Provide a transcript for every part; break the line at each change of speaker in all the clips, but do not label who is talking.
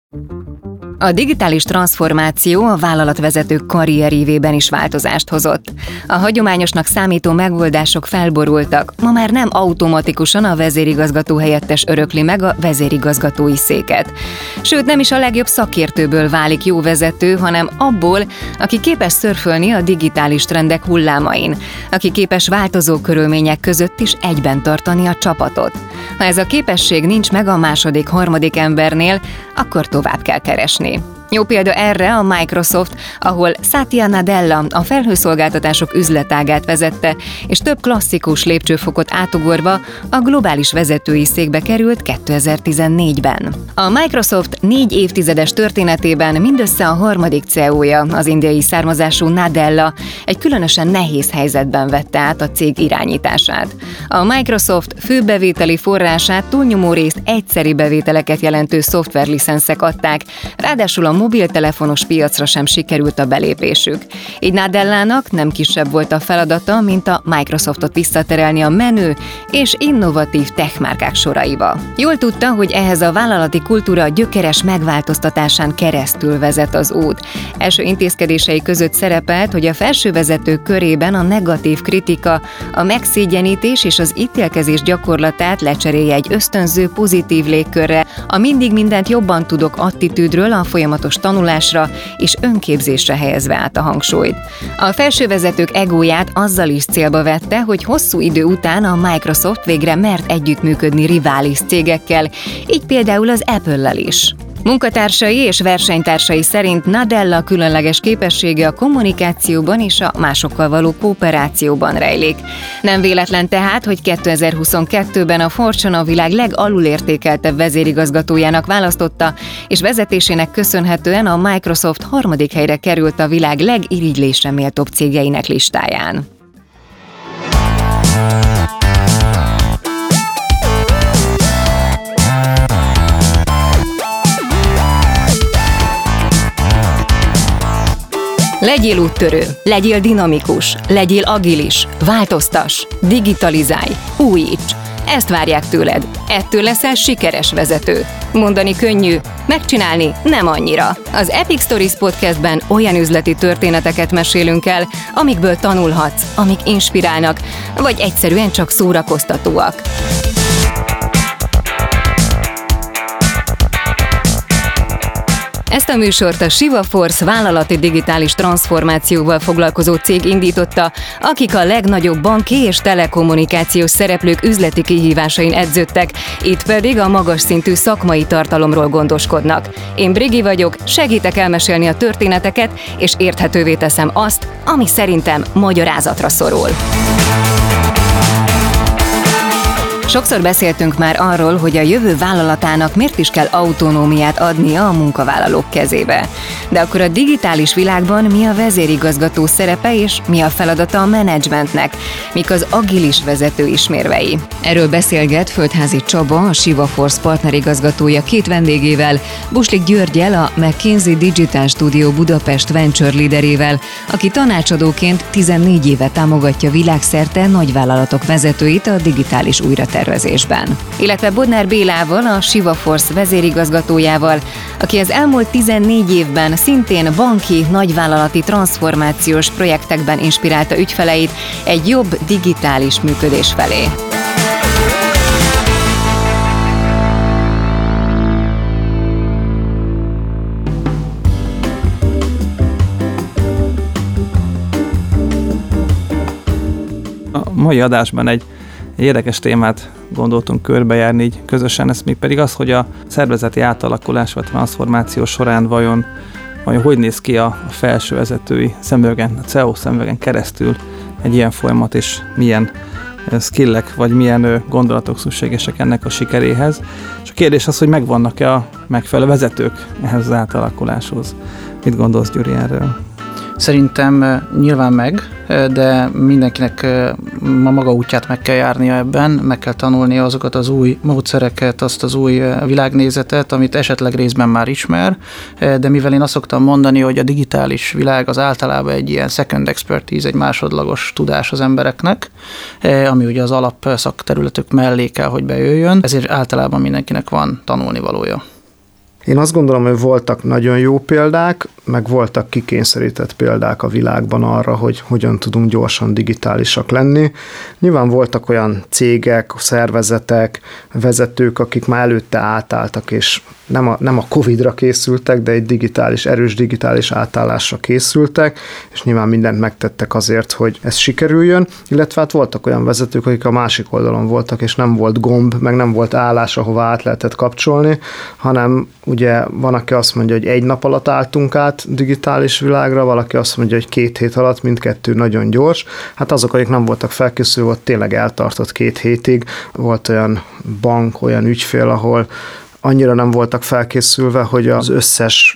A digitális transformáció a vállalatvezetők karrierívében is változást hozott. A hagyományosnak számító megoldások felborultak, ma már nem automatikusan a vezérigazgató helyettes örökli meg a vezérigazgatói széket. Sőt, nem is a legjobb szakértőből válik jó vezető, hanem abból, aki képes szörfölni a digitális trendek hullámain, aki képes változó körülmények között is egyben tartani a csapatot. Ha ez a képesség nincs meg a második, harmadik embernél, akkor tovább kell keresni. Jó példa erre a Microsoft, ahol Satya Nadella a felhőszolgáltatások üzletágát vezette, és több klasszikus lépcsőfokot átugorva a globális vezetői székbe került 2014-ben. A Microsoft 4 évtizedes történetében mindössze a harmadik CEO-ja, az indiai származású Nadella egy különösen nehéz helyzetben vette át a cég irányítását. A Microsoft fő bevételi forrását túlnyomó részt egyszeri bevételeket jelentő szoftverlicenszek adták, ráadásul a mobiltelefonos piacra sem sikerült a belépésük. Így Nadellának nem kisebb volt a feladata, mint a Microsoftot visszaterelni a menő és innovatív techmárkák soraiba. Jól tudta, hogy ehhez a vállalati kultúra gyökeres megváltoztatásán keresztül vezet az út. Első intézkedései között szerepelt, hogy a felsővezetők körében a negatív kritika, a megszégyenítés és az ítélkezés gyakorlatát lecserélje egy ösztönző, pozitív légkörre, a mindig mindent jobban tudok attitűdről a folyamatos tanulásra és önképzésre helyezve át a hangsúlyt. A felsővezetők egóját azzal is célba vette, hogy hosszú idő után a Microsoft végre mert együttműködni rivális cégekkel, így például az Apple-lel is. Munkatársai és versenytársai szerint Nadella különleges képessége a kommunikációban és a másokkal való kooperációban rejlik. Nem véletlen tehát, hogy 2022-ben a Fortune a világ legalulértékeltebb vezérigazgatójának választotta, és vezetésének köszönhetően a Microsoft harmadik helyre került a világ legirigylésre méltóbb cégeinek listáján. Legyél úttörő, legyél dinamikus, legyél agilis, változtass, digitalizálj, újíts. Ezt várják tőled, ettől leszel sikeres vezető. Mondani könnyű, megcsinálni nem annyira. Az Epic Stories podcastben olyan üzleti történeteket mesélünk el, amikből tanulhatsz, amik inspirálnak, vagy egyszerűen csak szórakoztatóak. Ezt a műsort a Shiva Force vállalati digitális transformációval foglalkozó cég indította, akik a legnagyobb banki és telekommunikációs szereplők üzleti kihívásain edződtek, itt pedig a magas szintű szakmai tartalomról gondoskodnak. Én Brigi vagyok, segítek elmesélni a történeteket, és érthetővé teszem azt, ami szerintem magyarázatra szorul. Sokszor beszéltünk már arról, hogy a jövő vállalatának miért is kell autonómiát adnia a munkavállalók kezébe. De akkor a digitális világban mi a vezérigazgató szerepe és mi a feladata a menedzsmentnek, mik az agilis vezető ismérvei? Erről beszélget Földházy Csaba, a Shiva Force partnerigazgatója két vendégével, Buslik Györggyel, a McKinsey Digital Studio Budapest Venture líderével, aki tanácsadóként 14 éve támogatja világszerte nagyvállalatok vezetőit a digitális újratervezésben. Illetve Bodnár Bélával, a Shiva Force vezérigazgatójával, aki az elmúlt 14 évben szintén banki, nagyvállalati transformációs projektekben inspirálta ügyfeleit egy jobb digitális működés felé.
A mai adásban egy érdekes témát gondoltunk körbejárni így közösen, ez még pedig az, hogy a szervezeti átalakulás vagy transformáció során vajon hogy néz ki a felsővezetői szemüvegen, a CEO szemüvegen keresztül egy ilyen folyamat, és milyen skillek vagy milyen gondolatok szükségesek ennek a sikeréhez. És a kérdés az, hogy megvannak-e a megfelelő vezetők ehhez az átalakuláshoz. Mit gondolsz, Gyuri, erről?
Szerintem nyilván meg, de mindenkinek a maga útját meg kell járnia ebben, meg kell tanulnia azokat az új módszereket, azt az új világnézetet, amit esetleg részben már ismer, de mivel én azt szoktam mondani, hogy a digitális világ az általában egy ilyen second expertise, egy másodlagos tudás az embereknek, ami ugye az alapszakterületük mellé kell, hogy bejöjjön, ezért általában mindenkinek van tanulnivalója.
Én azt gondolom, hogy voltak nagyon jó példák, meg voltak kikényszerített példák a világban arra, hogy hogyan tudunk gyorsan digitálisak lenni. Nyilván voltak olyan cégek, szervezetek, vezetők, akik már előtte átálltak, és nem a Covid-ra készültek, de egy erős digitális átállásra készültek, és nyilván mindent megtettek azért, hogy ez sikerüljön, illetve hát voltak olyan vezetők, akik a másik oldalon voltak, és nem volt gomb, meg nem volt állás, ahova át lehetett kapcsolni, hanem ugye van, aki azt mondja, hogy egy nap alatt álltunk át digitális világra, valaki azt mondja, hogy 2 hét alatt, mindkettő nagyon gyors. Hát azok, akik nem voltak felkészülve, ott tényleg eltartott 2 hétig. Volt olyan bank, olyan ügyfél, ahol annyira nem voltak felkészülve, hogy az összes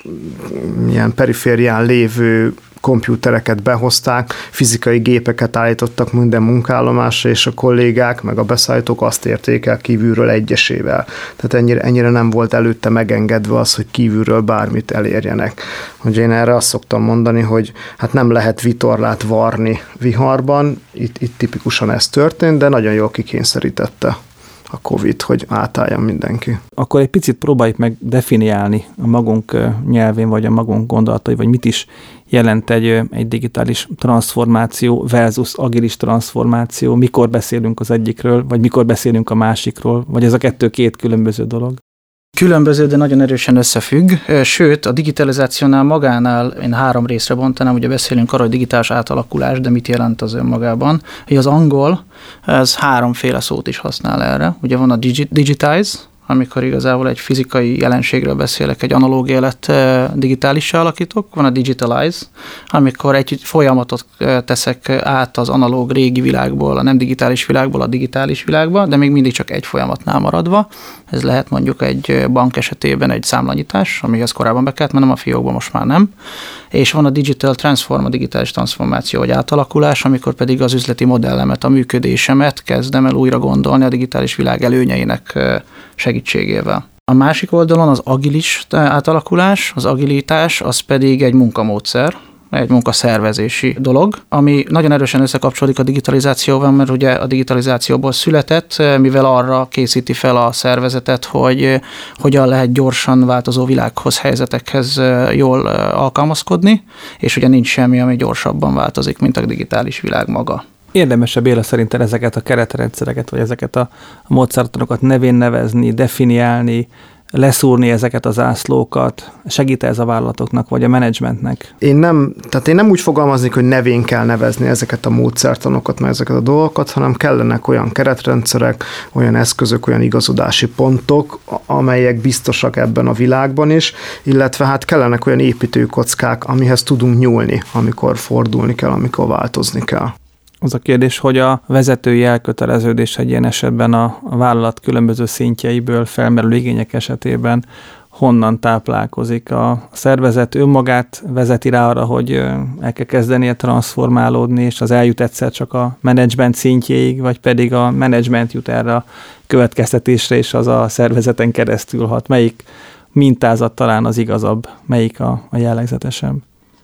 ilyen periférián lévő kompjútereket behozták, fizikai gépeket állítottak minden munkállomásra, és a kollégák, meg a beszállítók azt érték el kívülről egyesével. Tehát ennyire nem volt előtte megengedve az, hogy kívülről bármit elérjenek. Ugye én erre azt szoktam mondani, hogy hát nem lehet vitorlát varni viharban, itt tipikusan ez történt, de nagyon jól kikényszerítette a Covid, hogy átálljon mindenki.
Akkor egy picit próbáljuk meg definiálni a magunk nyelvén, vagy a magunk gondolatai, vagy mit is jelent egy digitális transformáció versus agilis transformáció, mikor beszélünk az egyikről, vagy mikor beszélünk a másikról, vagy ez a kettő két különböző dolog?
Különböző, de nagyon erősen összefügg. Sőt, a digitalizációnál magánál én 3 részre bontanám, ugye beszélünk arról, hogy digitális átalakulás, de mit jelent az önmagában. Hogy az angol, ez 3 szót is használ erre. Ugye van a digitize, amikor igazából egy fizikai jelenségről beszélek, egy analóg élet digitálissá alakítok, van a digitalize, amikor egy folyamatot teszek át az analóg régi világból, a nem digitális világból a digitális világba, de még mindig csak egy folyamatnál maradva. Ez lehet mondjuk egy bank esetében egy számlanyítás, amihez korábban be kellett mennem a fiókba, most már nem. És van a digital transform, a digitális transformáció vagy átalakulás, amikor pedig az üzleti modellemet, a működésemet kezdem el újra gondolni a digitális világ előnyeinek segítségével. A másik oldalon az agilis átalakulás, az agilitás, az pedig egy munkamódszer, egy munkaszervezési dolog, ami nagyon erősen összekapcsolódik a digitalizációval, mert ugye a digitalizációból született, mivel arra készíti fel a szervezetet, hogy hogyan lehet gyorsan változó világhoz, helyzetekhez jól alkalmazkodni, és ugye nincs semmi, ami gyorsabban változik, mint a digitális világ maga.
Érdemesebb Béla szerinten ezeket a keretrendszereket, vagy ezeket a módszertanokat nevén nevezni, definiálni, leszúrni ezeket az zászlókat? Segít ez a vállalatoknak, vagy a menedzsmentnek?
Én nem úgy fogalmaznék, hogy nevén kell nevezni ezeket a módszertanokat, meg ezeket a dolgokat, hanem kellenek olyan keretrendszerek, olyan eszközök, olyan igazodási pontok, amelyek biztosak ebben a világban is, illetve hát kellenek olyan építőkockák, amihez tudunk nyúlni, amikor fordulni kell, amikor változni kell.
Az a kérdés, hogy a vezetői elköteleződés egy ilyen esetben a vállalat különböző szintjeiből felmerülő igények esetében honnan táplálkozik. A szervezet önmagát vezeti rá arra, hogy el kell kezdenie transformálódni, és az eljut egyszer csak a menedzsment szintjéig, vagy pedig a menedzsment jut erre a következtetésre, és az a szervezeten keresztül hat. Melyik mintázat talán az igazabb, melyik a jellegzetesebb?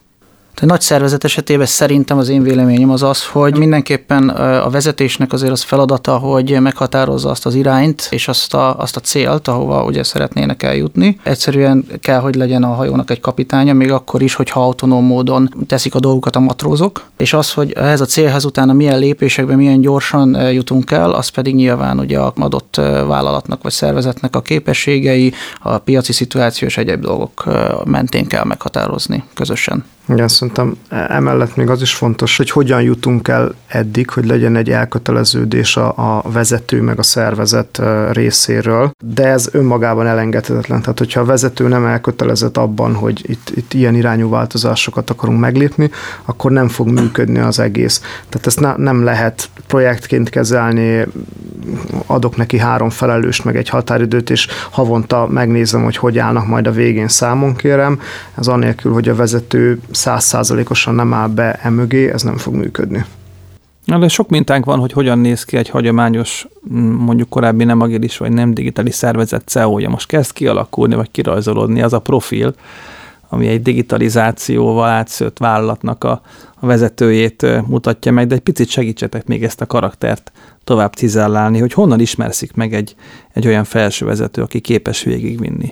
A nagy szervezet esetében szerintem az én véleményem az, hogy mindenképpen a vezetésnek azért az feladata, hogy meghatározza azt az irányt és azt a célt, ahova ugye szeretnének eljutni. Egyszerűen kell, hogy legyen a hajónak egy kapitánya, még akkor is, hogyha autonóm módon teszik a dolgukat a matrózok. És az, hogy ehhez a célhez utána milyen lépésekben, milyen gyorsan jutunk el, az pedig nyilván ugye a adott vállalatnak vagy szervezetnek a képességei, a piaci szituáció és egyéb dolgok mentén kell meghatározni közösen.
Igen, szerintem emellett még az is fontos, hogy hogyan jutunk el eddig, hogy legyen egy elköteleződés a vezető meg a szervezet részéről, de ez önmagában elengedhetetlen. Tehát, hogyha a vezető nem elkötelezett abban, hogy itt ilyen irányú változásokat akarunk meglépni, akkor nem fog működni az egész. Tehát ezt nem lehet projektként kezelni, adok neki 3 felelőst, meg egy határidőt, és havonta megnézem, hogy állnak majd a végén számon kérem. Ez anélkül, hogy a vezető 100%-osan nem áll be emögé, ez nem fog működni.
De sok mintánk van, hogy hogyan néz ki egy hagyományos, mondjuk korábbi nem agilis vagy nem digitális szervezet CEO-ja. Most kezd kialakulni, vagy kirajzolódni az a profil, ami egy digitalizációval átszőtt vállalatnak a vezetőjét mutatja meg, de egy picit segítsetek még ezt a karaktert tovább cizellálni, hogy honnan ismerszik meg egy olyan felsővezető, aki képes végigvinni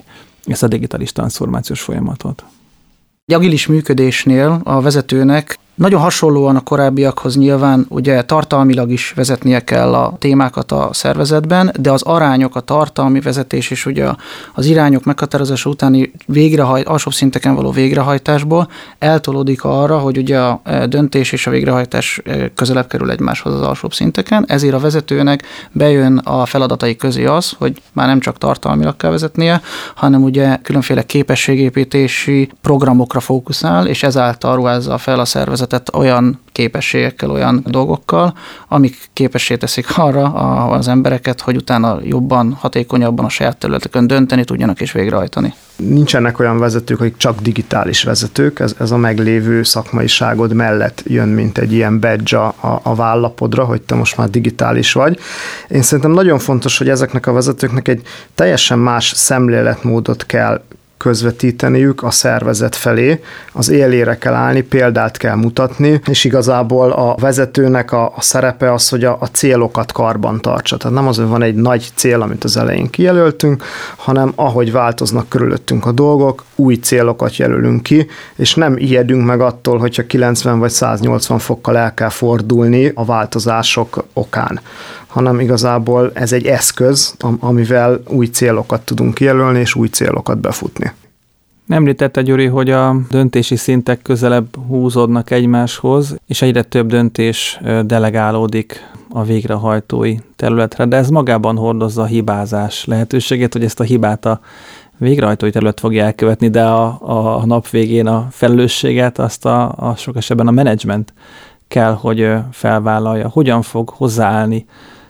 ezt a digitális transformációs folyamatot.
Egy agilis működésnél a vezetőnek nagyon hasonlóan a korábbiakhoz nyilván ugye tartalmilag is vezetnie kell a témákat a szervezetben, de az arányok, a tartalmi vezetés és ugye az irányok meghatározása utáni alsóbb szinteken való végrehajtásból eltolódik arra, hogy ugye a döntés és a végrehajtás közelebb kerül egymáshoz az alsóbb szinteken, ezért a vezetőnek bejön a feladatai közé az, hogy már nem csak tartalmilag kell vezetnie, hanem ugye különféle képességépítési programokra fókuszál, és ezáltal ruházza fel a szervezet olyan képességekkel, olyan dolgokkal, amik képessé teszik arra az embereket, hogy utána jobban, hatékonyabban a saját területeken dönteni tudjanak és végrehajtani.
Nincsenek olyan vezetők, akik csak digitális vezetők, ez a meglévő szakmaiságod mellett jön, mint egy ilyen badge a vállapodra, hogy te most már digitális vagy. Én szerintem nagyon fontos, hogy ezeknek a vezetőknek egy teljesen más szemléletmódot kell közvetíteniük a szervezet felé, az élére kell állni, példát kell mutatni, és igazából a vezetőnek a szerepe az, hogy a célokat karban tartsa. Tehát nem az, hogy van egy nagy cél, amit az elején kijelöltünk, hanem ahogy változnak körülöttünk a dolgok, új célokat jelölünk ki, és nem ijedünk meg attól, hogyha 90 vagy 180 fokkal el kell fordulni a változások okán, hanem igazából ez egy eszköz, amivel új célokat tudunk kijelölni, és új célokat befutni.
Említette, Gyuri, hogy a döntési szintek közelebb húzódnak egymáshoz, és egyre több döntés delegálódik a végrehajtói területre, de ez magában hordozza a hibázás lehetőségét, hogy ezt a hibát a végrehajtói terület fogja elkövetni, de a nap végén a felelősséget azt a sok esetben a menedzsment kell, hogy felvállalja. Hogyan fog hozzáállni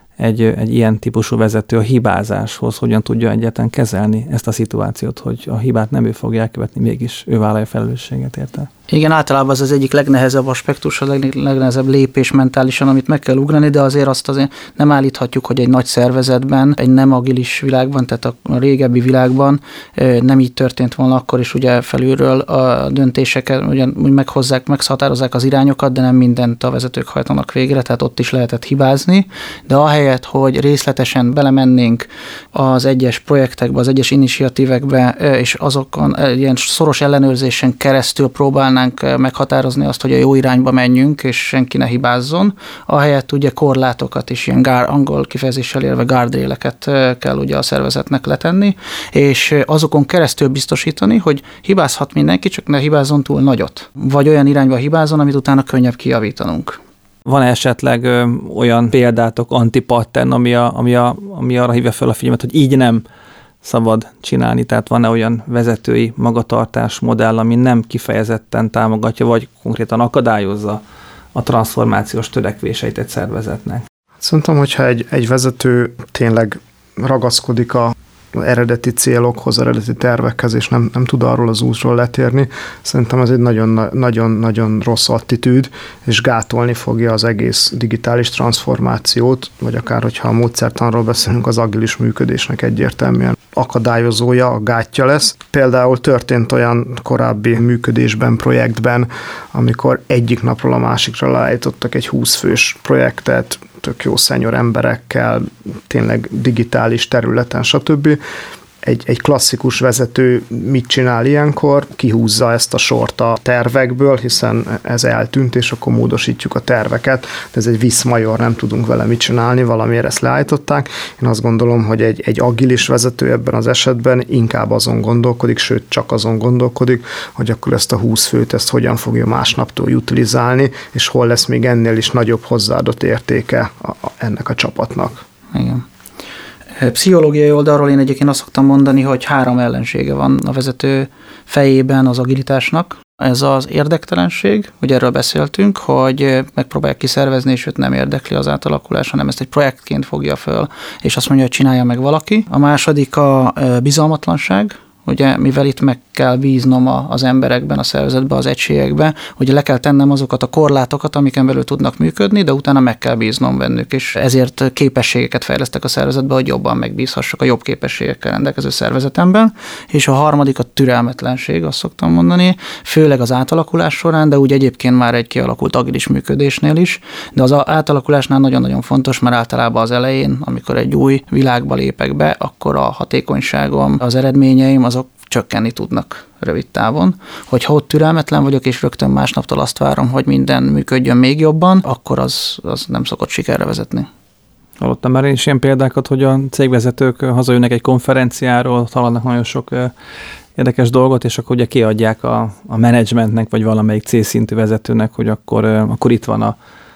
egy ilyen típusú vezető a hibázáshoz, hogyan tudja egyáltalán kezelni ezt a szituációt, hogy a hibát nem ő fogja elkövetni, mégis ő vállalja felelősséget érte?
Igen, általában az egyik legnehezebb aspektus, a legnehezebb lépés mentálisan, amit meg kell ugrani, de azért nem állíthatjuk, hogy egy nagy szervezetben, egy nem agilis világban, tehát a régebbi világban nem így történt volna, akkor is ugye felülről a döntéseket ugyan meghatározzák az irányokat, de nem mindent a vezetők hajtanak végre, tehát ott is lehetett hibázni, de ahelyett, hogy részletesen belemennénk az egyes projektekbe, az egyes initiatívekbe, és azokon ilyen szoros ellenőrzésen keresztül próbálnánk meghatározni azt, hogy a jó irányba menjünk, és senki ne hibázzon. Ahelyett ugye korlátokat is, ilyen angol kifejezéssel élve guardraileket kell ugye a szervezetnek letenni, és azokon keresztül biztosítani, hogy hibázhat mindenki, csak ne hibázzon túl nagyot. Vagy olyan irányba hibázzon, amit utána könnyebb kijavítanunk.
Van esetleg olyan példátok, antipattern, ami arra hívja fel a figyelmet, hogy így nem szabad csinálni, tehát van-e olyan vezetői magatartás modell, ami nem kifejezetten támogatja, vagy konkrétan akadályozza a transformációs törekvéseit egy szervezetnek?
Szerintem, hogyha egy vezető tényleg ragaszkodik a eredeti célokhoz, eredeti tervekhez, és nem tud arról az útról letérni, szerintem ez egy nagyon rossz attitűd, és gátolni fogja az egész digitális transformációt, vagy akár, hogyha a módszertanról beszélünk, az agilis működésnek egyértelműen akadályozója, a gátja lesz. Például történt olyan korábbi működésben, projektben, amikor egyik napról a másikra leállítottak egy 20 fős projektet, tök jó senior emberekkel, tényleg digitális területen, stb. Egy klasszikus vezető mit csinál ilyenkor? Kihúzza ezt a sort a tervekből, hiszen ez eltűnt, és akkor módosítjuk a terveket. De ez egy viszmajor, nem tudunk vele mit csinálni, valamiért ezt leállították. Én azt gondolom, hogy egy agilis vezető ebben az esetben inkább azon gondolkodik, sőt csak azon gondolkodik, hogy akkor ezt a 20 főt, ezt hogyan fogja másnaptól utilizálni, és hol lesz még ennél is nagyobb hozzáadott értéke ennek a csapatnak.
Igen. Pszichológiai oldalról én egyébként azt szoktam mondani, hogy 3 ellensége van a vezető fejében az agilitásnak. Ez az érdektelenség, ugye erről beszéltünk, hogy megpróbálják kiszervezni, és őt nem érdekli az átalakulás, hanem ezt egy projektként fogja föl, és azt mondja, hogy csinálja meg valaki. A második a bizalmatlanság, ugye, mivel itt meg kell bíznom az emberekben, a szervezetben, az egységekben, ugye le kell tennem azokat a korlátokat, amiken belül tudnak működni, de utána meg kell bíznom bennük, és ezért képességeket fejlesztek a szervezetbe, hogy jobban megbízhassak a jobb képességekkel rendelkező szervezetemben. És a harmadik a türelmetlenség, azt szoktam mondani, főleg az átalakulás során, de úgy egyébként már egy kialakult agilis működésnél is, de az átalakulásnál nagyon-nagyon fontos, mert általában az elején, amikor egy új világba lépek be, akkor a hatékonyságom, az eredményeim, azok csökkenni tudnak rövid távon. Hogyha ott türelmetlen vagyok, és rögtön másnaptól azt várom, hogy minden működjön még jobban, akkor az nem szokott sikerre vezetni.
Hallottam már én is ilyen példákat, hogy a cégvezetők hazajönnek egy konferenciáról, hallanak nagyon sok érdekes dolgot, és akkor ugye kiadják a menedzsmentnek, vagy valamelyik C-szintű vezetőnek, hogy akkor itt van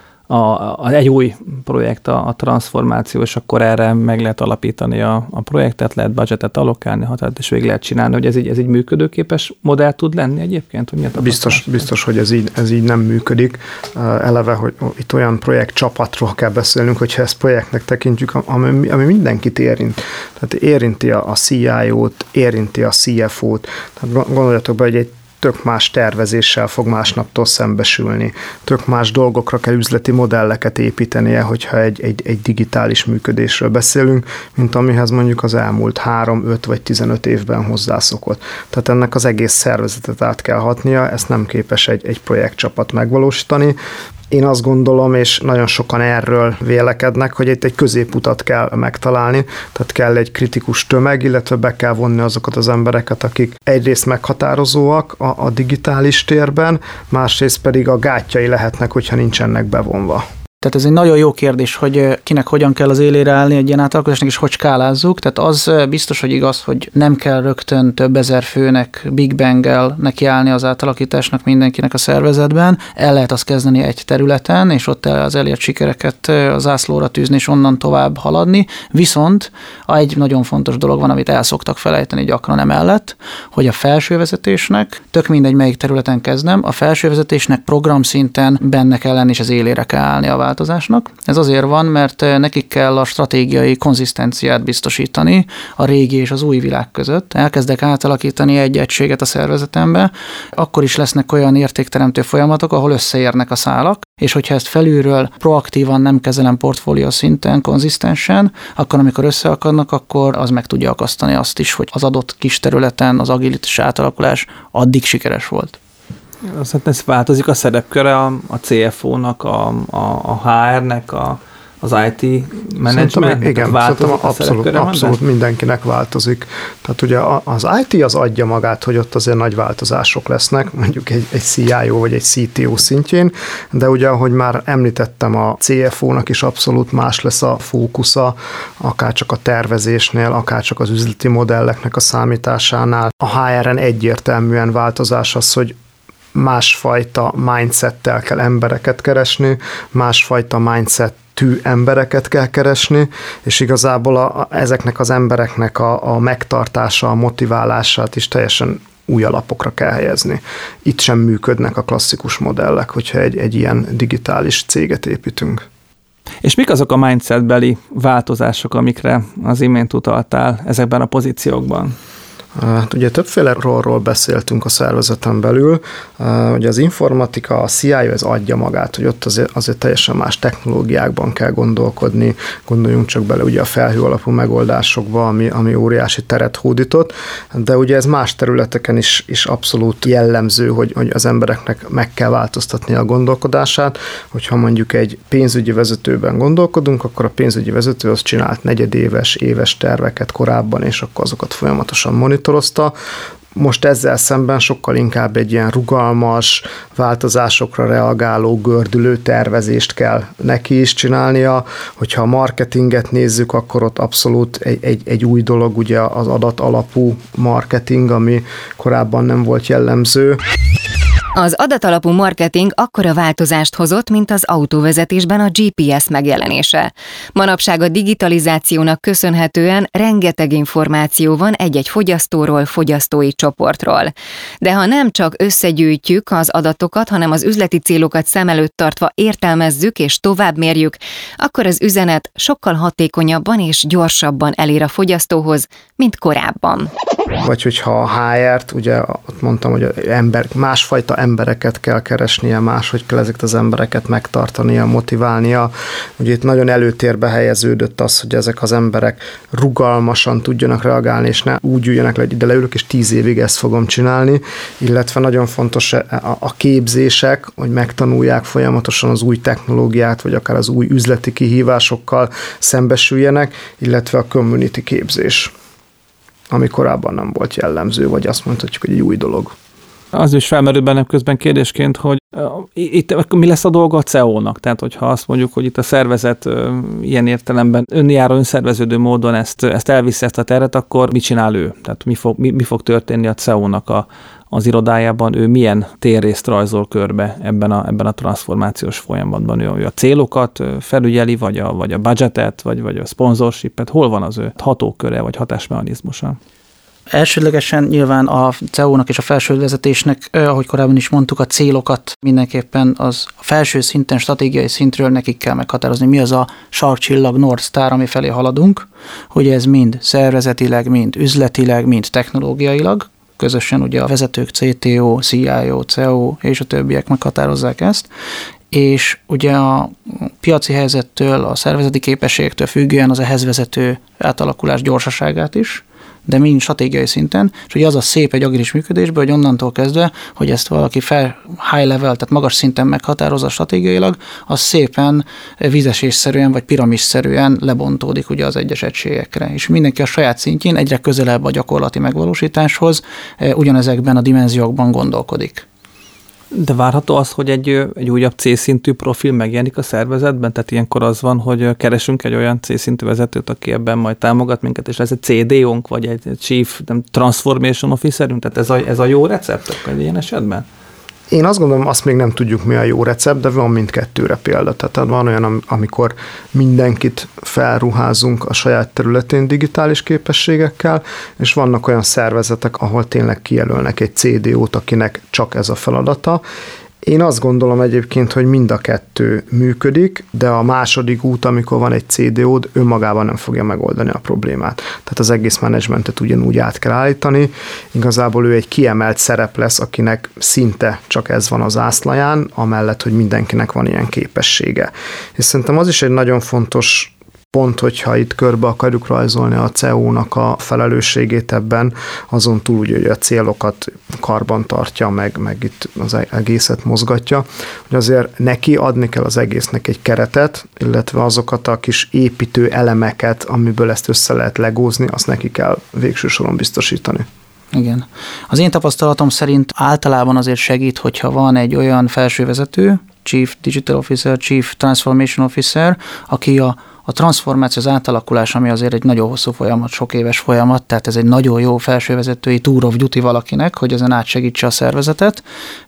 egy új projekt, a transformáció, és akkor erre meg lehet alapítani a projektet, lehet budgetet allokálni, határt is végig lehet csinálni, hogy ez így működőképes modell tud lenni egyébként? Hogy
biztos, hogy ez így nem működik. Eleve, hogy itt olyan projektcsapatról kell beszélnünk, hogyha ezt projektnek tekintjük, ami mindenkit érint. Tehát érinti a CIO-t, érinti a CFO-t. Tehát gondoljatok be, hogy egy tök más tervezéssel fog másnaptól szembesülni. Tök más dolgokra kell üzleti modelleket építenie, hogyha egy digitális működésről beszélünk, mint amihez mondjuk az elmúlt 3, 5 vagy 15 évben hozzászokott. Tehát ennek az egész szervezetet át kell hatnia, ezt nem képes egy projektcsapat megvalósítani. Én azt gondolom, és nagyon sokan erről vélekednek, hogy itt egy középutat kell megtalálni, tehát kell egy kritikus tömeg, illetve be kell vonni azokat az embereket, akik egyrészt meghatározóak a digitális térben, másrészt pedig a gátjai lehetnek, hogyha nincsenek bevonva.
Tehát ez egy nagyon jó kérdés, hogy kinek hogyan kell az élére állni egy ilyen átalakulásnak, és hogy skálázzuk. Tehát az biztos, hogy igaz, hogy nem kell rögtön több ezer főnek Big Bang-gel nekiállni az átalakításnak mindenkinek a szervezetben. El lehet azt kezdeni egy területen, és ott az elért sikereket az zászlóra tűzni, és onnan tovább haladni. Viszont egy nagyon fontos dolog van, amit el szoktak felejteni gyakran emellett, hogy a felsővezetésnek, tök mindegy melyik területen kezdem, a felsővezetésnek programszinten benne kell lenni, és az élére kell állni a változásnak. Ez azért van, mert nekik kell a stratégiai konzisztenciát biztosítani a régi és az új világ között. Elkezdek átalakítani egy egységet a szervezetembe, akkor is lesznek olyan értékteremtő folyamatok, ahol összeérnek a szálak, és hogyha ezt felülről proaktívan nem kezelem portfólió szinten, konzisztensen, akkor amikor összeakadnak, akkor az meg tudja akasztani azt is, hogy az adott kis területen az agilitis átalakulás addig sikeres volt.
Aztán ez változik a szerepköre a CFO-nak, a HR-nek, az IT menedzsment?
Igen, abszolút mindenkinek változik. Tehát ugye az IT az adja magát, hogy ott azért nagy változások lesznek, mondjuk egy CIO vagy egy CTO szintjén, de ugye, ahogy már említettem, a CFO-nak is abszolút más lesz a fókusza, akár csak a tervezésnél, akár csak az üzleti modelleknek a számításánál. A HR-en egyértelműen változás az, hogy másfajta mindsettel kell embereket keresni, másfajta mindsettű embereket kell keresni, és igazából ezeknek az embereknek a megtartása, a motiválását is teljesen új alapokra kell helyezni. Itt sem működnek a klasszikus modellek, hogyha egy ilyen digitális céget építünk.
És mik azok a mindsetbeli változások, amikre az imént utaltál ezekben a pozíciókban?
Hát ugye többféle rollról beszéltünk a szervezeten belül, ugye az informatika, a CIO ez adja magát, hogy ott azért teljesen más technológiákban kell gondolkodni, gondoljunk csak bele ugye a felhő alapú megoldásokba, ami óriási teret hódított, de ugye ez más területeken is abszolút jellemző, hogy az embereknek meg kell változtatni a gondolkodását, hogyha mondjuk egy pénzügyi vezetőben gondolkodunk, akkor a pénzügyi vezető az csinált negyedéves, éves terveket korábban, és akkor azokat folyamatosan monitorozta. Most ezzel szemben sokkal inkább egy ilyen rugalmas, változásokra reagáló, gördülő tervezést kell neki is csinálnia. Hogyha a marketinget nézzük, akkor ott abszolút egy új dolog, ugye az adat alapú marketing, ami korábban nem volt jellemző.
Az adatalapú marketing akkora változást hozott, mint az autóvezetésben a GPS megjelenése. Manapság a digitalizációnak köszönhetően rengeteg információ van egy-egy fogyasztóról, fogyasztói csoportról. De ha nem csak összegyűjtjük az adatokat, hanem az üzleti célokat szem előtt tartva értelmezzük és tovább mérjük, akkor az üzenet sokkal hatékonyabban és gyorsabban elér a fogyasztóhoz, mint korábban.
Vagy hogyha a HR-t, ugye ott mondtam, hogy másfajta embereket kell keresnie, máshogy kell ezeket az embereket megtartania, motiválnia. Ugye itt nagyon előtérbe helyeződött az, hogy ezek az emberek rugalmasan tudjanak reagálni, és ne úgy üljenek le, hogy ide leülök, és 10 évig ezt fogom csinálni, illetve nagyon fontos a képzések, hogy megtanulják folyamatosan az új technológiát, vagy akár az új üzleti kihívásokkal szembesüljenek, illetve a community képzés. ami korábban nem volt jellemző, vagy azt mondhatjuk, hogy egy új dolog.
Az is felmerül bennem közben kérdésként, hogy itt mi lesz a dolga a CEO-nak? Tehát, hogyha azt mondjuk, hogy itt a szervezet ilyen értelemben önjáró, önszerveződő módon ezt elviszi ezt a terret, akkor mit csinál ő? Tehát mi fog történni a CEO-nak az irodájában, ő milyen térrészt rajzol körbe ebben a transformációs folyamatban? Ő a célokat felügyeli, vagy a budgetet, vagy a sponsorshipet? Hol van az ő hatóköre, vagy hatásmechanizmusa?
Elsődlegesen nyilván a CEO-nak és a felső vezetésnek, ahogy korábban is mondtuk, a célokat mindenképpen az a felső szinten, stratégiai szintről nekik kell meghatározni, mi az a sarkcsillag, North Star, ami felé haladunk, hogy ez mind szervezetileg, mind üzletileg, mind technológiailag, közösen ugye a vezetők, CTO, CIO, CEO és a többiek meghatározzák ezt, és ugye a piaci helyzettől, a szervezeti képességektől függően az ehhez vezető átalakulás gyorsaságát is, de mind stratégiai szinten, és ugye az a szép egy agilis működésből, hogy onnantól kezdve, hogy ezt valaki high level, tehát magas szinten meghatározza stratégiailag, az szépen vízesésszerűen vagy piramisszerűen lebontódik ugye az egyes egységekre. És mindenki a saját szintjén egyre közelebb a gyakorlati megvalósításhoz ugyanezekben a dimenziókban gondolkodik.
De várható az, hogy egy újabb C-szintű profil megjelenik a szervezetben? Tehát ilyenkor az van, hogy keresünk egy olyan C-szintű vezetőt, aki ebben majd támogat minket, és lesz egy CDO-nk, vagy egy Chief Transformation Officerünk? Tehát ez a jó recept egy ilyen esetben?
Én azt gondolom, azt még nem tudjuk, mi a jó recept, de van mindkettőre példa. Tehát van olyan, amikor mindenkit felruházunk a saját területén digitális képességekkel, és vannak olyan szervezetek, ahol tényleg kijelölnek egy CDO-t, akinek csak ez a feladata. Én azt gondolom egyébként, hogy mind a kettő működik, de a második út, amikor van egy CDO-d, önmagában nem fogja megoldani a problémát. Tehát az egész menedzsmentet ugyanúgy át kell állítani. Igazából ő egy kiemelt szerep lesz, akinek szinte csak ez van az zászlaján, amellett, hogy mindenkinek van ilyen képessége. És szerintem az is egy nagyon fontos pont, hogyha itt körbe akarjuk rajzolni a CEO-nak a felelősségét ebben, azon túl ugye, hogy a célokat karban tartja, meg itt az egészet mozgatja, hogy azért neki adni kell az egésznek egy keretet, illetve azokat a kis építő elemeket, amiből ezt össze lehet legózni, azt neki kell végső soron biztosítani.
Igen. Az én tapasztalatom szerint általában azért segít, hogyha van egy olyan felsővezető, Chief Digital Officer, Chief Transformation Officer, aki a transformáció, az átalakulás, ami azért egy nagyon hosszú folyamat, sok éves folyamat, tehát ez egy nagyon jó felsővezetői tour of duty valakinek, hogy ezen átsegítse a szervezetet.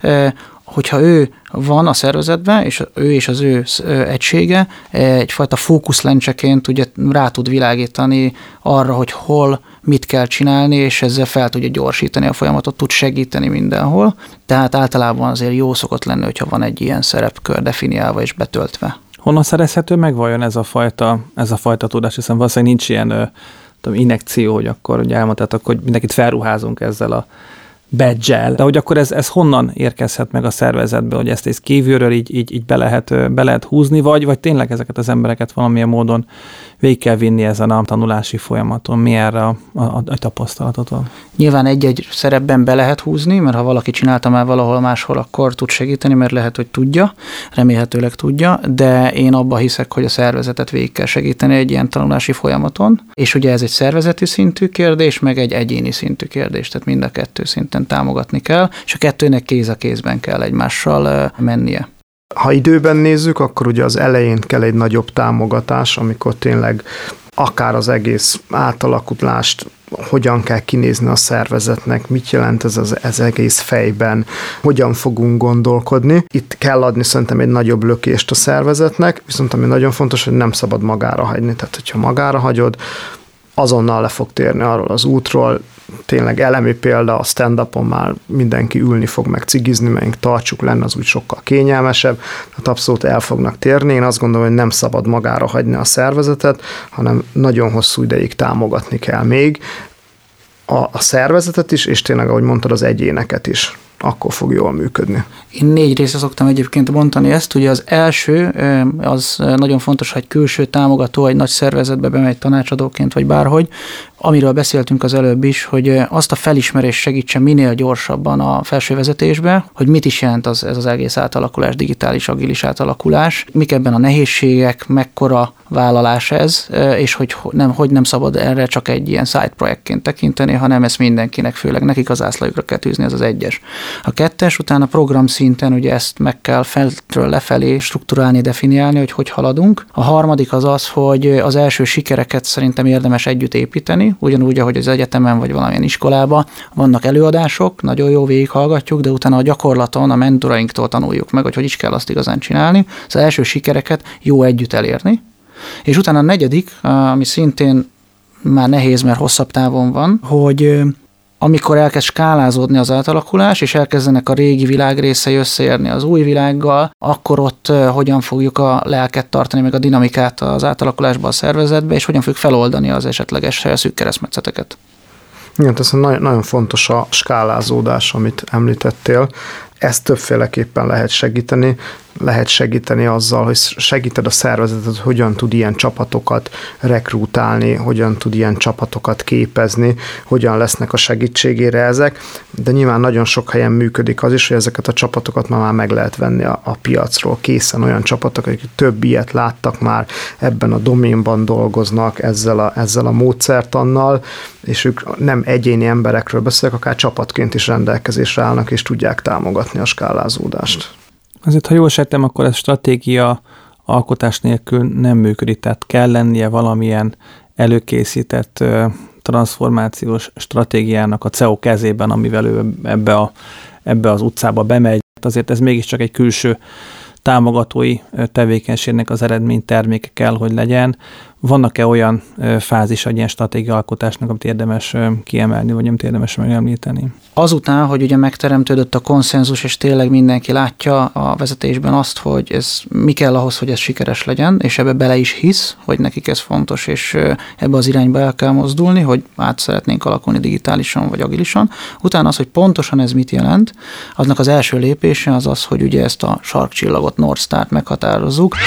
Hogyha ő van a szervezetben, és ő és az ő egysége egyfajta fókuszlencseként ugye rá tud világítani arra, hogy hol mit kell csinálni, és ezzel fel tudja gyorsítani a folyamatot, tud segíteni mindenhol. Tehát általában azért jó szokott lenni, hogyha van egy ilyen szerepkör definiálva és betöltve.
Honnan szerezhető meg vajon ez a fajta tudás, hiszen valószínűleg nincs ilyen injekció, hogy akkor ugye elmondtátok, hogy mindenkit felruházunk ezzel a badge-el, de hogy akkor ez honnan érkezhet meg a szervezetbe, hogy ezt kívülről így be lehet húzni, vagy tényleg ezeket az embereket valamilyen módon végig kell vinni ezen a tanulási folyamaton. Mi erre a tapasztalatotok?
Nyilván egy-egy szerepben be lehet húzni, mert ha valaki csinálta már valahol máshol, akkor tud segíteni, mert lehet, hogy tudja, remélhetőleg tudja, de én abba hiszek, hogy a szervezetet végig kell segíteni egy ilyen tanulási folyamaton, és ugye ez egy szervezeti szintű kérdés, meg egy egyéni szintű kérdés, tehát mind a kettő szinten támogatni kell, és a kettőnek kéz a kézben kell egymással mennie.
Ha időben nézzük, akkor ugye az elején kell egy nagyobb támogatás, amikor tényleg akár az egész átalakulást, hogyan kell kinézni a szervezetnek, mit jelent ez egész fejben, hogyan fogunk gondolkodni. Itt kell adni szerintem egy nagyobb lökést a szervezetnek, viszont ami nagyon fontos, hogy nem szabad magára hagyni. Tehát, hogyha magára hagyod, azonnal le fog térni arról az útról. Tényleg elemi példa, a stand-upon már mindenki ülni fog meg cigizni, mert tartsuk lenne, az úgy sokkal kényelmesebb, tehát abszolút el fognak térni. Én azt gondolom, hogy nem szabad magára hagyni a szervezetet, hanem nagyon hosszú ideig támogatni kell még a szervezetet is, és tényleg, ahogy mondtad, az egyéneket is. Akkor fog jól működni.
Én 4 részre szoktam egyébként mondani ezt. Ugye az első, az nagyon fontos, hogy külső támogató egy nagy szervezetbe bemegy tanácsadóként, vagy bárhogy, amiről beszéltünk az előbb is, hogy azt a felismerést segítsen minél gyorsabban a felső vezetésbe, hogy mit is jelent ez az egész átalakulás, digitális, agilis átalakulás, mik ebben a nehézségek, mekkora vállalás ez, és hogy nem szabad erre csak egy ilyen side projektként tekinteni, hanem ezt mindenkinek, főleg nekik az ászlajukra kell tűzni, ez az 1-es. A 2-es után a program szinten ugye ezt meg kell feltről lefelé strukturálni, definiálni, hogy haladunk. A harmadik az, hogy az első sikereket szerintem érdemes együtt építeni, ugyanúgy, ahogy az egyetemen vagy valamilyen iskolában vannak előadások, nagyon jó végighallgatjuk, de utána a gyakorlaton a mentorainktól tanuljuk meg, hogy is kell azt igazán csinálni. Az első sikereket jó együtt elérni. És utána a 4., ami szintén már nehéz, mert hosszabb távon van, hogy amikor elkezd skálázódni az átalakulás, és elkezdenek a régi világ részei összeérni az új világgal, akkor ott hogyan fogjuk a lelket tartani, meg a dinamikát az átalakulásba, a szervezetbe, és hogyan fogjuk feloldani az esetleges szűk keresztmetszeteket.
Igen, ez nagyon fontos a skálázódás, amit említettél. Ezt többféleképpen lehet segíteni. Lehet segíteni azzal, hogy segíted a szervezetet, hogyan tud ilyen csapatokat rekrutálni, hogyan tud ilyen csapatokat képezni, hogyan lesznek a segítségére ezek, de nyilván nagyon sok helyen működik az is, hogy ezeket a csapatokat már meg lehet venni a piacról. Készen olyan csapatok, akik több ilyet láttak már, ebben a doménban dolgoznak ezzel a módszertannal, és ők nem egyéni emberekről beszélnek, akár csapatként is rendelkezésre állnak, és tudják támogatni a skálázódást.
Azért, ha jól sejtem, akkor ez stratégia alkotás nélkül nem működik, tehát kell lennie valamilyen előkészített transformációs stratégiának a CEO kezében, amivel ő ebbe az utcába bemegy. Azért ez mégiscsak egy külső támogatói tevékenységnek az eredményterméke kell, hogy legyen. Vannak-e olyan fázis egy ilyen stratégiaalkotásnak, amit érdemes kiemelni, vagy amit érdemes megemlíteni?
Azután, hogy ugye megteremtődött a konszenzus, és tényleg mindenki látja a vezetésben azt, hogy ez mi kell ahhoz, hogy ez sikeres legyen, és ebbe bele is hisz, hogy nekik ez fontos, és ebbe az irányba el kell mozdulni, hogy át szeretnénk alakulni digitálisan vagy agilisan. Utána az, hogy pontosan ez mit jelent, aznak az első lépése az, hogy ugye ezt a sarkcsillagot, North Star-t meghatározzuk.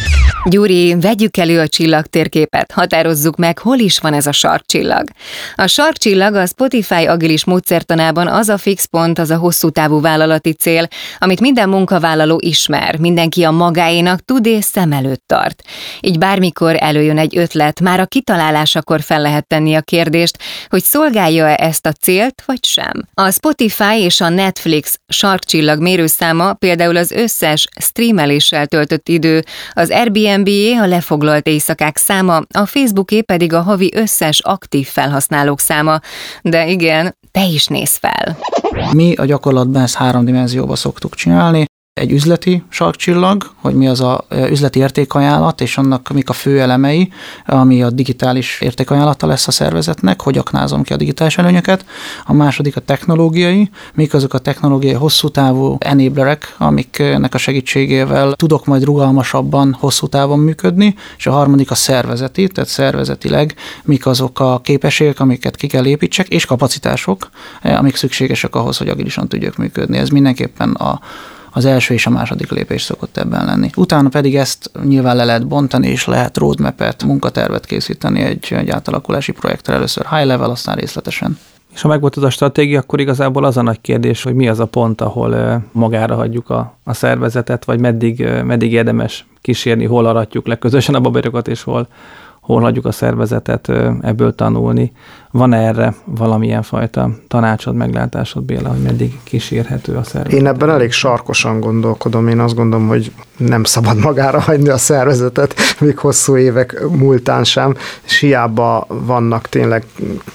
Gyuri, vegyük elő a csillagtérképet, határozzuk meg, hol is van ez a sarkcsillag. A sarkcsillag a Spotify agilis módszertanában az a fix pont, az a hosszú távú vállalati cél, amit minden munkavállaló ismer, mindenki a magáénak tud és szem előtt tart. Így bármikor előjön egy ötlet, már a kitalálásakor fel lehet tenni a kérdést, hogy szolgálja-e ezt a célt, vagy sem. A Spotify és a Netflix sarkcsillag mérőszáma például az összes streameléssel töltött idő, az Airbnb a lefoglalt éjszakák száma, a Facebooké pedig a havi összes aktív felhasználók száma. De igen, te is nézz fel!
Mi a gyakorlatban ezt 3 dimenzióba szoktuk csinálni. Egy üzleti sarkcsillag, hogy mi az a üzleti értékajánlat, és annak mik a fő elemei, ami a digitális értékajánlata lesz a szervezetnek, hogy aknázom ki a digitális előnyöket. A második a technológiai, mik azok a technológiai hosszú távú enablerek, amiknek a segítségével tudok majd rugalmasabban hosszú távon működni, és a harmadik a szervezeti, tehát szervezetileg mik azok a képességek, amiket ki kell építsek, és kapacitások, amik szükségesek ahhoz, hogy agilisan tudjak működni. Ez mindenképpen az első és a második lépés szokott ebben lenni. Utána pedig ezt nyilván le lehet bontani, és lehet roadmap-et, munkatervet készíteni egy átalakulási projektre, először high level, aztán részletesen.
És ha megvolt az a stratégia, akkor igazából az a nagy kérdés, hogy mi az a pont, ahol magára hagyjuk a szervezetet, vagy meddig érdemes kísérni, hol aratjuk le közösen a babérokat, és hol hagyjuk a szervezetet ebből tanulni. Van erre valamilyen fajta tanácsod, meglátásod, Béla, hogy meddig kísérhető a szervezet?
Én ebben elég sarkosan gondolkodom. Én azt gondolom, hogy nem szabad magára hagyni a szervezetet, még hosszú évek múltán sem, és hiába vannak tényleg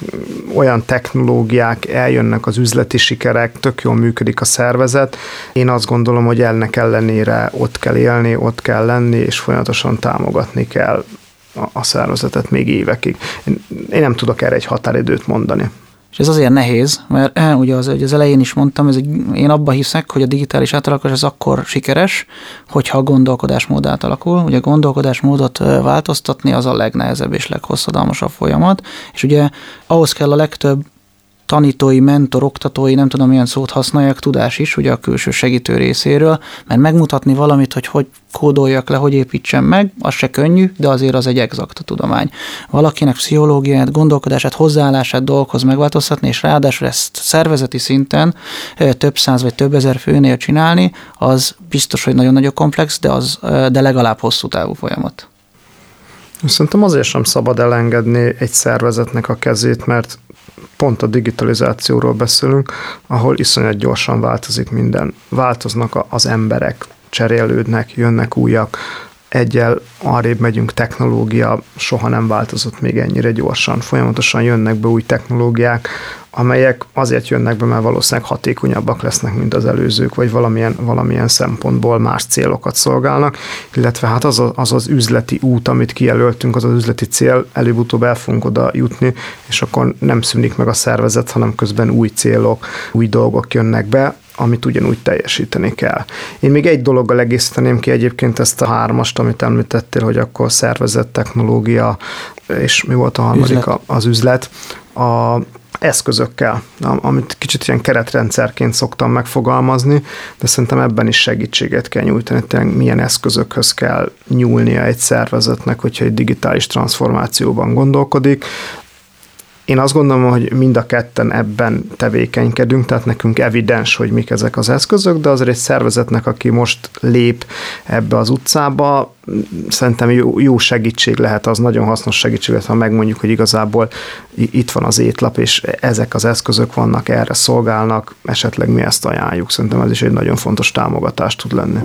olyan technológiák, eljönnek az üzleti sikerek, tök jól működik a szervezet. Én azt gondolom, hogy ennek ellenére ott kell élni, ott kell lenni, és folyamatosan támogatni kell a szervezetet még évekig. Én nem tudok erre egy határidőt mondani.
És ez azért nehéz, mert ugye az elején is mondtam, én abba hiszek, hogy a digitális átalakulás az akkor sikeres, hogyha a gondolkodásmód átalakul. Ugye a gondolkodásmódot változtatni az a legnehezebb és leghosszadalmasabb folyamat, és ugye ahhoz kell a legtöbb tanítói, mentor, oktatói, nem tudom milyen szót használják, tudás is, ugye a külső segítő részéről, mert megmutatni valamit, hogy kódoljak le, hogy építsen meg, az se könnyű, de azért az egy exakt tudomány. Valakinek pszichológiát, gondolkodását, hozzáállását dolgokhoz megváltoztatni, és ráadásul ezt szervezeti szinten több száz vagy több ezer főnél csinálni, az biztos, hogy nagyon-nagyon komplex, de legalább hosszú távú folyamat.
Szerintem azért sem szabad elengedni egy szervezetnek a kezét, mert pont a digitalizációról beszélünk, ahol iszonyat gyorsan változik minden. Változnak az emberek, cserélődnek, jönnek újak, egyel arrébb megyünk, technológia soha nem változott még ennyire gyorsan. Folyamatosan jönnek be új technológiák, amelyek azért jönnek be, mert valószínűleg hatékonyabbak lesznek, mint az előzők, vagy valamilyen szempontból más célokat szolgálnak, illetve hát az üzleti út, amit kijelöltünk, az üzleti cél, előbb-utóbb el fogunk oda jutni, és akkor nem szűnik meg a szervezet, hanem közben új célok, új dolgok jönnek be, amit ugyanúgy teljesíteni kell. Én még egy dologgal egészíteném ki egyébként ezt a 3-ast, amit említettél, hogy akkor szervezet, technológia, és mi volt a harmadik? Az üzlet. A eszközökkel, amit kicsit ilyen keretrendszerként szoktam megfogalmazni, de szerintem ebben is segítséget kell nyújtani, tényleg milyen eszközökhöz kell nyúlnia egy szervezetnek, hogyha egy digitális transformációban gondolkodik. Én azt gondolom, hogy mind a ketten ebben tevékenykedünk, tehát nekünk evidens, hogy mik ezek az eszközök, de azért egy szervezetnek, aki most lép ebbe az utcába, szerintem jó segítség lehet, az nagyon hasznos segítség lehet, ha megmondjuk, hogy igazából itt van az étlap, és ezek az eszközök vannak, erre szolgálnak, esetleg mi ezt ajánljuk. Szerintem ez is egy nagyon fontos támogatás tud lenni.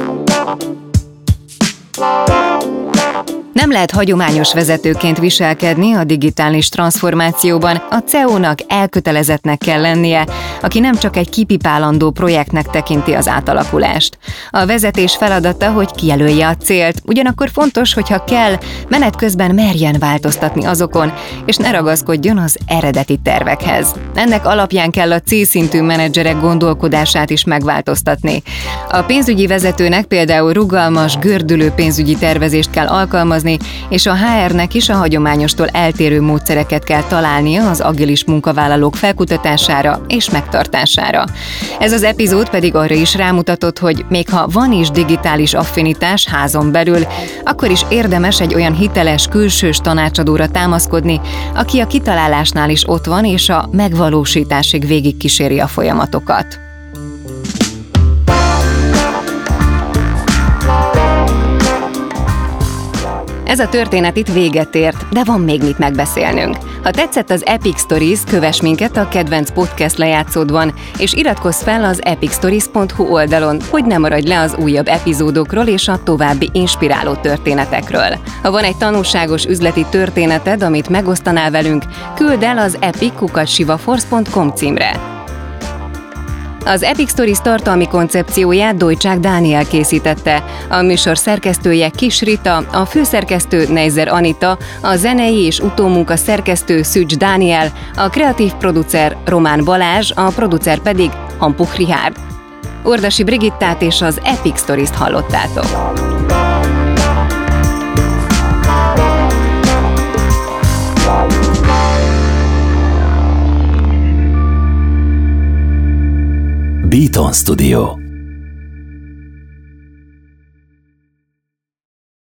Nem lehet hagyományos vezetőként viselkedni a digitális transformációban, a CEO-nak elkötelezettnek kell lennie, aki nem csak egy kipipálandó projektnek tekinti az átalakulást. A vezetés feladata, hogy kijelölje a célt, ugyanakkor fontos, hogyha kell, menet közben merjen változtatni azokon, és ne ragaszkodjon az eredeti tervekhez. Ennek alapján kell a C-szintű menedzserek gondolkodását is megváltoztatni. A pénzügyi vezetőnek például rugalmas, gördülő pénzügyi tervezést kell alkalmazni, és a HR-nek is a hagyományostól eltérő módszereket kell találnia az agilis munkavállalók felkutatására és megtartására. Ez az epizód pedig arra is rámutatott, hogy még ha van is digitális affinitás házon belül, akkor is érdemes egy olyan hiteles külsős tanácsadóra támaszkodni, aki a kitalálásnál is ott van, és a megvalósításig végigkíséri a folyamatokat. Ez a történet itt véget ért, de van még mit megbeszélnünk. Ha tetszett az Epic Stories, kövess minket a kedvenc podcast lejátszódban, és iratkozz fel az epicstories.hu oldalon, hogy ne maradj le az újabb epizódokról és a további inspiráló történetekről. Ha van egy tanulságos üzleti történeted, amit megosztanál velünk, küldd el az epic@sivaforce.com címre. Az Epic Stories tartalmi koncepcióját Dojcsák Dániel készítette, a műsor szerkesztője Kis Rita, a főszerkesztő Neizer Anita, a zenei és utómunka szerkesztő Szűcs Dániel, a kreatív producer Román Balázs, a producer pedig Hampuk Richárd. Ordasi Brigittát és az Epic Stories-t hallottátok.
Beaton Studio.